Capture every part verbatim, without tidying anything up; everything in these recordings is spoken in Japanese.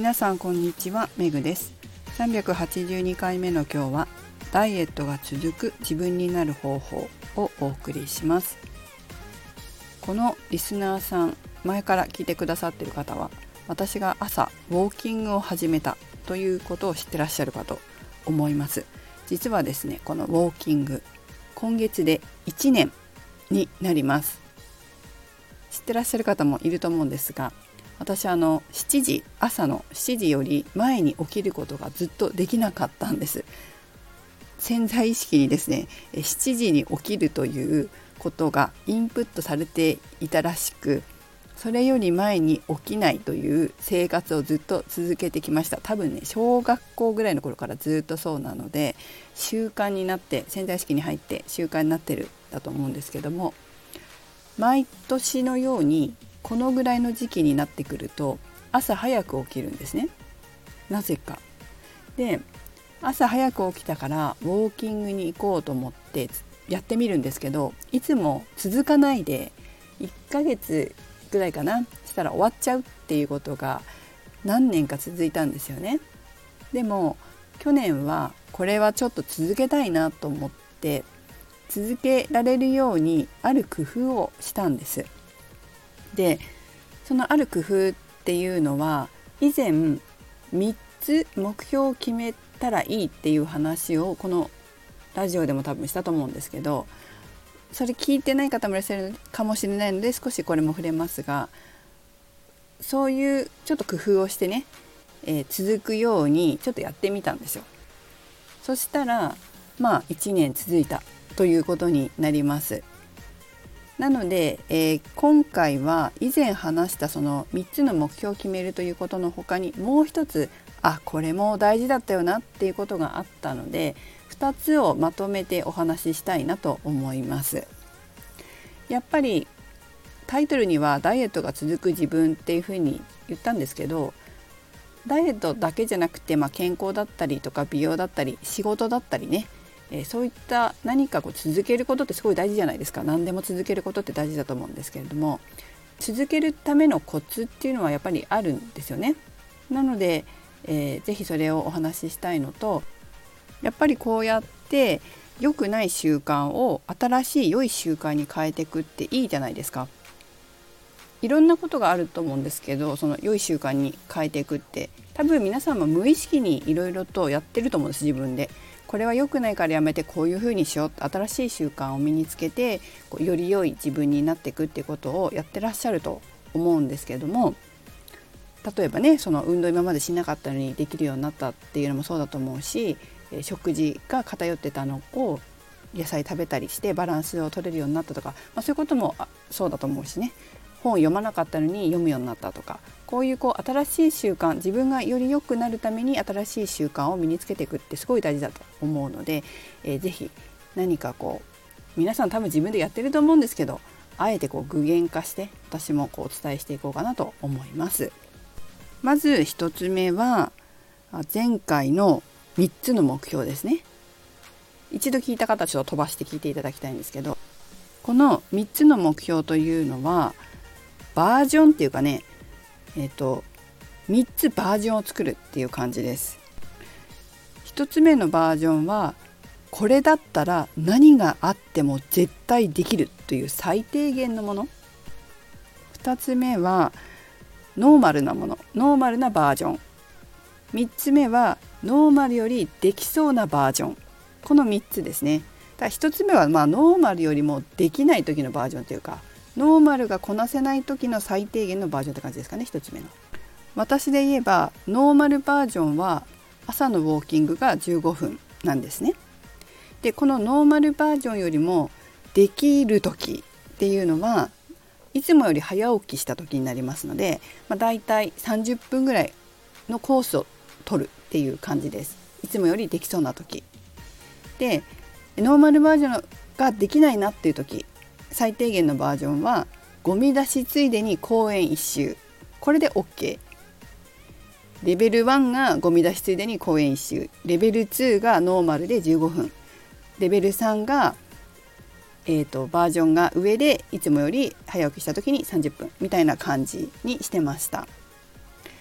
皆さんこんにちは、めぐです。さんびゃくはちじゅうにかいめの今日はダイエットが続く自分になる方法をお送りします。このリスナーさん、前から聞いてくださっている方は、私が朝ウォーキングを始めたということを知ってらっしゃるかと思います。実はですね、このウォーキング今月でいちねんになります。知ってらっしゃる方もいると思うんですが、私あのしちじ朝のしちじより前に起きることがずっとできなかったんです。潜在意識にですね、しちじに起きるということがインプットされていたらしく、それより前に起きないという生活をずっと続けてきました。多分ね、小学校ぐらいの頃からずっとそうなので、習慣になって、潜在意識に入って習慣になってるだと思うんですけども、毎年のようにこのぐらいの時期になってくると朝早く起きるんですね。なぜかで、朝早く起きたからウォーキングに行こうと思ってやってみるんですけど、いつも続かないでいっかげつぐらいかなしたら終わっちゃうっていうことが何年か続いたんですよね。でも去年はこれはちょっと続けたいなと思って続けられるようにある工夫をしたんです。で、そのある工夫っていうのは、以前みっつ目標を決めたらいいっていう話をこのラジオでも多分したと思うんですけど、それ聞いてない方もいらっしゃるかもしれないので、少しこれも触れますが、そういうちょっと工夫をしてね、えー、続くようにちょっとやってみたんですよ。そしたらまあいちねん続いたということになります。なので、えー、今回は以前話したそのみっつの目標を決めるということの他に、もう一つ、あ、これも大事だったよなっていうことがあったので、ふたつをまとめてお話ししたいなと思います。やっぱりタイトルにはダイエットが続く自分っていうふうに言ったんですけど、ダイエットだけじゃなくて、まあ、健康だったりとか美容だったり仕事だったりね、えー、そういった何かこう続けることってすごい大事じゃないですか。何でも続けることって大事だと思うんですけれども、続けるためのコツっていうのはやっぱりあるんですよね。なので、えー、ぜひそれをお話ししたいのと、やっぱりこうやって良くない習慣を新しい良い習慣に変えていくっていいじゃないですか。いろんなことがあると思うんですけど、その良い習慣に変えていくって多分皆さんも無意識にいろいろとやってると思うんです。自分でこれは良くないからやめてこういうふうにしよう、新しい習慣を身につけてこうより良い自分になっていくっていうことをやってらっしゃると思うんですけれども、例えばね、その運動今までしなかったのにできるようになったっていうのもそうだと思うし、食事が偏ってたのを野菜食べたりしてバランスを取れるようになったとか、まあ、そういうこともそうだと思うしね、本を読まなかったのに読むようになったとか、こういうこう新しい習慣、自分がより良くなるために新しい習慣を身につけていくってすごい大事だと思うので、えー、ぜひ何かこう皆さん多分自分でやってると思うんですけど、あえてこう具現化して私もこうお伝えしていこうかなと思います。まず一つ目は前回のみっつの目標ですね。一度聞いた方はちょっと飛ばして聞いていただきたいんですけど、このみっつの目標というのはバージョンっていうかね、えっとみっつバージョンを作るっていう感じです。ひとつめのバージョンはこれだったら何があっても絶対できるという最低限のもの。ふたつめはノーマルなもの、ノーマルなバージョン。みっつめはノーマルよりできそうなバージョン。このみっつですね。だひとつめはまあノーマルよりもできない時のバージョンというか、ノーマルがこなせない時の最低限のバージョンって感じですかね。ひとつめの私で言えばノーマルバージョンは朝のウォーキングがじゅうごふんなんですね。でこのノーマルバージョンよりもできる時っていうのはいつもより早起きした時になりますので、まあ、だいたいさんじゅっぷんぐらいのコースを取るっていう感じです。いつもよりできそうな時で、ノーマルバージョンができないなっていう時、最低限のバージョンはゴミ出しついでに公園一周、これで OK。 レベルいちがゴミ出しついでに公園一周、レベルにがノーマルでじゅうごふん、レベルさんがえーと、バージョンが上でいつもより早起きした時にさんじゅっぷんみたいな感じにしてました。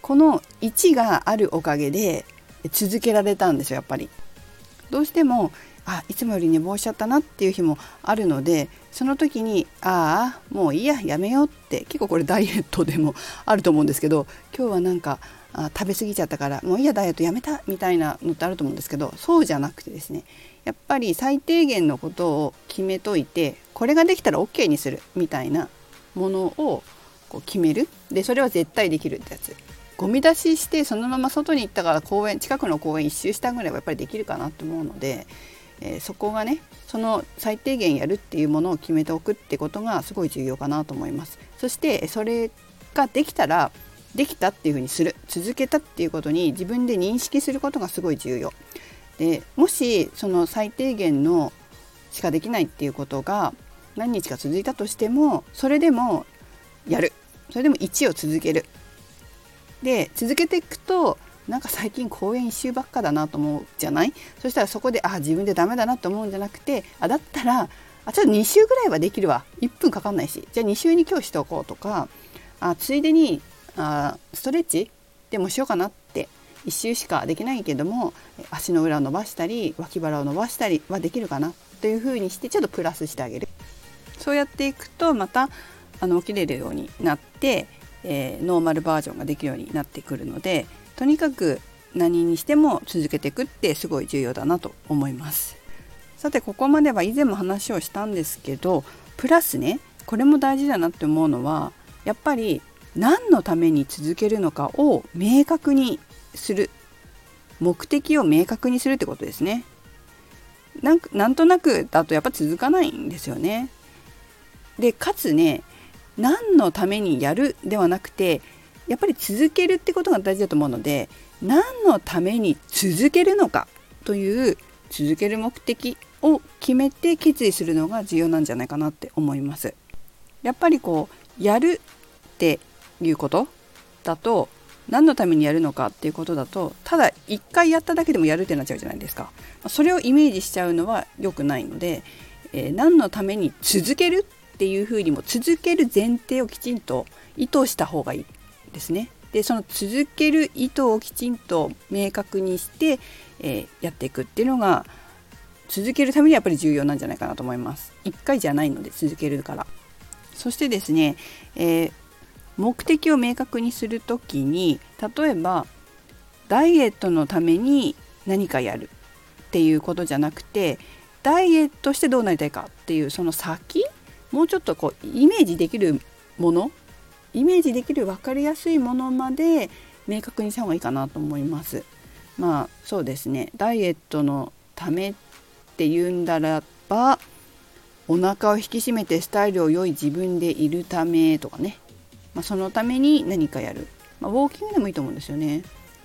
このいちがあるおかげで続けられたんですよ。やっぱりどうしてもあいつもより寝坊しちゃったなっていう日もあるので、その時にああもういいややめようって、結構これダイエットでもあると思うんですけど、今日はなんかあ食べ過ぎちゃったからもういいやダイエットやめたみたいなのってあると思うんですけど、そうじゃなくてですね、やっぱり最低限のことを決めといて、これができたら OK にするみたいなものをこう決める。でそれは絶対できるってやつ。ゴミ出ししてそのまま外に行ったから公園近くの公園一周したぐらいはやっぱりできるかなと思うので、えー、そこがねその最低限やるっていうものを決めておくってことがすごい重要かなと思います。そしてそれができたらできたっていうふうにする、続けたっていうことに自分で認識することがすごい重要で、もしその最低限のしかできないっていうことが何日か続いたとしても、それでもやる、それでもいちを続ける。で続けていくとなんか最近公園一周ばっかだなと思うじゃない。そしたらそこであ自分でダメだなと思うんじゃなくて、あだったらあちょっとに周ぐらいはできるわ、いっぷんかかんないし、じゃあに周に今日しておこうとか、あついでにあストレッチでもしようかなって、いっ周しかできないけども足の裏を伸ばしたり脇腹を伸ばしたりはできるかなというふうにしてちょっとプラスしてあげる。そうやっていくとまたあの起きれるようになって、えー、ノーマルバージョンができるようになってくるので、とにかく何にしても続けていくってすごい重要だなと思います。さてここまでは以前も話をしたんですけど、プラスねこれも大事だなって思うのは、やっぱり何のために続けるのかを明確にする、目的を明確にするってことですね。なんかなんとなくだとやっぱ続かないんですよね。でかつね、何のためにやるではなくてやっぱり続けるってことが大事だと思うので、何のために続けるのかという続ける目的を決めて決意するのが重要なんじゃないかなって思います。やっぱりこうやるっていうことだと、何のためにやるのかっていうことだと、ただ一回やっただけでもやるってなっちゃうじゃないですか。それをイメージしちゃうのは良くないので、えー、何のために続けるっていうふうにも続ける前提をきちんと意図した方がいいですね。でその続ける意図をきちんと明確にして、えー、やっていくっていうのが続けるためにやっぱり重要なんじゃないかなと思います。一回じゃないので続けるから。そしてですね、えー、目的を明確にするときに、例えばダイエットのために何かやるっていうことじゃなくて、ダイエットしてどうなりたいかっていうその先、もうちょっとこうイメージできるもの、イメージできる分かりやすいものまで明確にした方がいいかなと思います。まあそうですね、ダイエットのためっていうんだらば、お腹を引き締めてスタイルを良い自分でいるためとかね、まあ、そのために何かやる、まあ、ウォーキングでもいいと思うんですよね。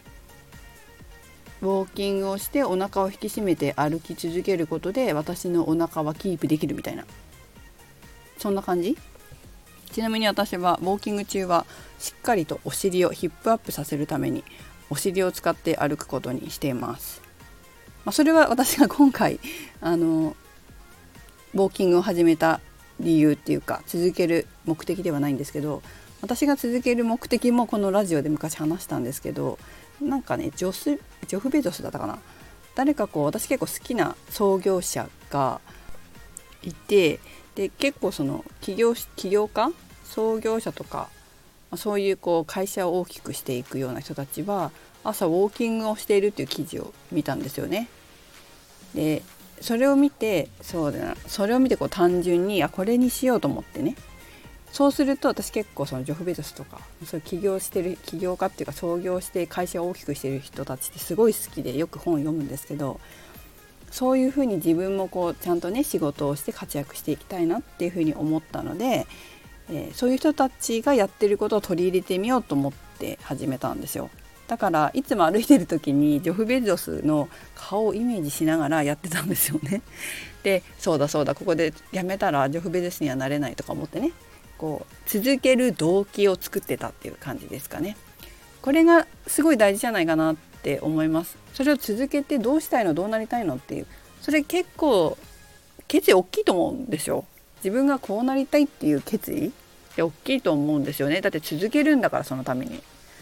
ウォーキングをしてお腹を引き締めて歩き続けることで私のお腹はキープできるみたいな、そんな感じ。ちなみに私はウォーキング中はしっかりとお尻をヒップアップさせるためにお尻を使って歩くことにしています。まあ、それは私が今回あのウォーキングを始めた理由っていうか続ける目的ではないんですけど、私が続ける目的もこのラジオで昔話したんですけど、なんかねジョスジョフベゾスだったかな、誰かこう私結構好きな創業者がいて、で結構その起業起業家創業者とかそういうこう会社を大きくしていくような人たちは朝ウォーキングをしているっていう記事を見たんですよね。でそれを見てそうだなそれを見てこう単純にあこれにしようと思ってね、そうすると私結構そのジョフベゾスとかそう起業してる起業家っていうか創業して会社を大きくしてる人たちってすごい好きでよく本を読むんですけど、そういうふうに自分もこうちゃんとね仕事をして活躍していきたいなっていうふうに思ったので、えー、そういう人たちがやってることを取り入れてみようと思って始めたんですよ。だからいつも歩いてる時にジョフベゾスの顔をイメージしながらやってたんですよね。でそうだそうだここでやめたらジョフベゾスにはなれないとか思ってね、こう続ける動機を作ってたっていう感じですかね。これがすごい大事じゃないかなって思います。それを続けてどうしたいのどうなりたいのっていう、それ結構決意大きいと思うんですよ。自分がこうなりたいっていう決意って大きいと思うんですよね。だって続けるんだからそのために。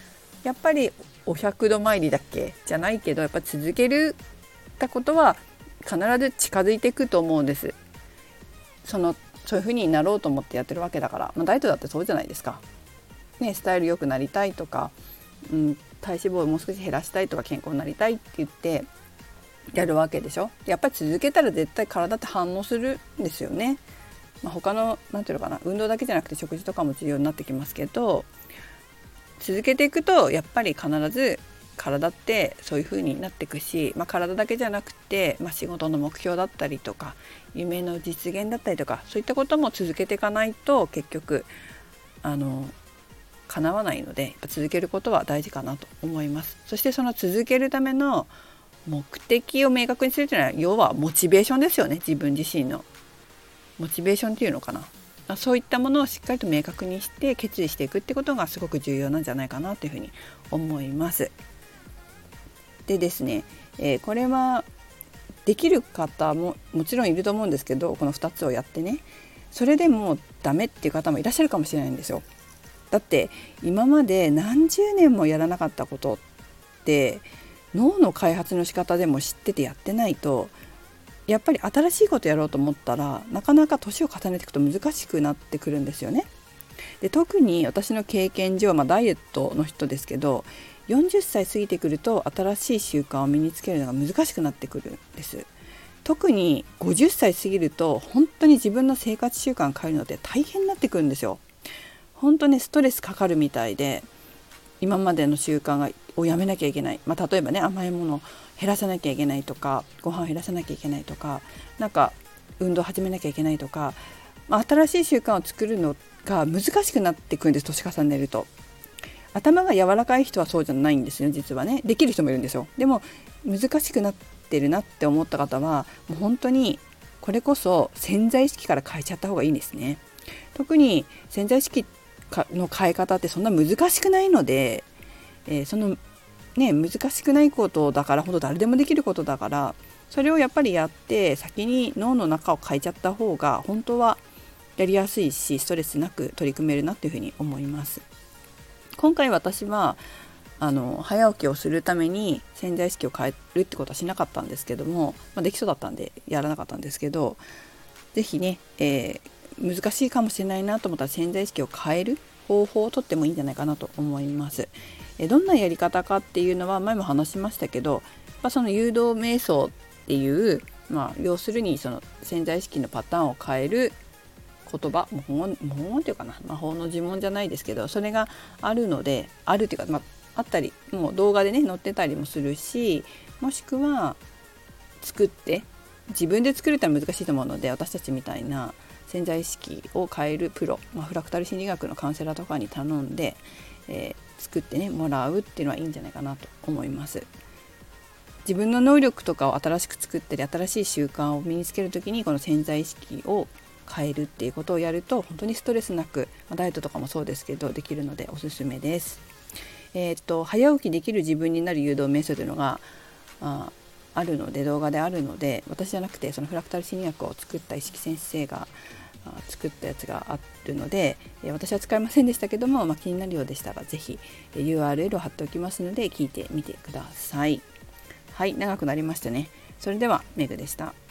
やっぱりお百度参りだっけじゃないけど、やっぱ続けるたことは必ず近づいていくと思うんです。そのそういう風になろうと思ってやってるわけだから、まあ、ダイエットだってそうじゃないですか、ね、スタイル良くなりたいとか、うん、体脂肪をもう少し減らしたいとか健康になりたいって言ってやるわけでしょ。やっぱり続けたら絶対体って反応するんですよね。まあ、他のなんていうのかな、運動だけじゃなくて食事とかも重要になってきますけど、続けていくとやっぱり必ず体ってそういう風になっていくし、まあ、体だけじゃなくて、まあ、仕事の目標だったりとか夢の実現だったりとか、そういったことも続けていかないと結局あの叶わないので、やっぱ続けることは大事かなと思います。そしてその続けるための目的を明確にするというのは、要はモチベーションですよね。自分自身のモチベーションっていうのかな、そういったものをしっかりと明確にして決意していくってことがすごく重要なんじゃないかなというふうに思います。でですね、えー、これはできる方ももちろんいると思うんですけど、このふたつをやってね、それでもダメっていう方もいらっしゃるかもしれないんですよ。だって今まで何十年もやらなかったことって脳の開発の仕方でも知っててやってないと、やっぱり新しいことやろうと思ったらなかなか年を重ねていくと難しくなってくるんですよね。で特に私の経験上、まあ、ダイエットの人ですけど、よんじゅっさい過ぎてくると新しい習慣を身につけるのが難しくなってくるんです。特にごじゅっさい過ぎると本当に自分の生活習慣を変えるのって大変になってくるんですよ。本当にストレスかかるみたいで、今までの習慣がをやめなきゃいけない、まあ、例えばね、甘いものを減らさなきゃいけないとか、ご飯を減らさなきゃいけないとか、なんか運動を始めなきゃいけないとか、まあ、新しい習慣を作るのが難しくなってくるんです。年重ねると頭が柔らかい人はそうじゃないんですよ、実はね。できる人もいるんですよ。でも難しくなってるなって思った方は、もう本当にこれこそ潜在意識から変えちゃった方がいいんですね。特に潜在意識の変え方ってそんな難しくないので、えー、そのね難しくないことだから、本当誰でもできることだから、それをやっぱりやって先に脳の中を変えちゃった方が本当はやりやすいし、ストレスなく取り組めるなというふうに思います。今回私はあの早起きをするために潜在意識を変えるってことはしなかったんですけども、まあ、できそうだったんでやらなかったんですけど、ぜひね、えー、難しいかもしれないなと思ったら潜在意識を変える方法をとってもいいんじゃないかなと思います。えー、どんなやり方かっていうのは前も話しましたけど、まあ、その誘導瞑想っていう、まあ、要するにその潜在意識のパターンを変える言葉、もう本語、本語っていうかな、魔法の呪文じゃないですけど、それがあるので、あるっていうか、まあ、あったり、もう動画でね載ってたりもするし、もしくは作って自分で作るってのは難しいと思うので、私たちみたいな潜在意識を変えるプロ、まあ、フラクタル心理学のカウンセラーとかに頼んで、えー、作ってねもらうっていうのはいいんじゃないかなと思います。自分の能力とかを新しく作ったり、新しい習慣を身につけるときにこの潜在意識を変えるっていうことをやると本当にストレスなく、ダイエットとかもそうですけどできるのでおすすめです。えー、っと早起きできる自分になる誘導瞑想というのが あ, あるので動画であるので、私じゃなくてそのフラクタル心理学を作った石木先生が作ったやつがあるので、私は使いませんでしたけども、まあ、気になるようでしたらぜひ ユーアールエル を貼っておきますので聞いてみてください。はい、長くなりましたね。それではメグでした。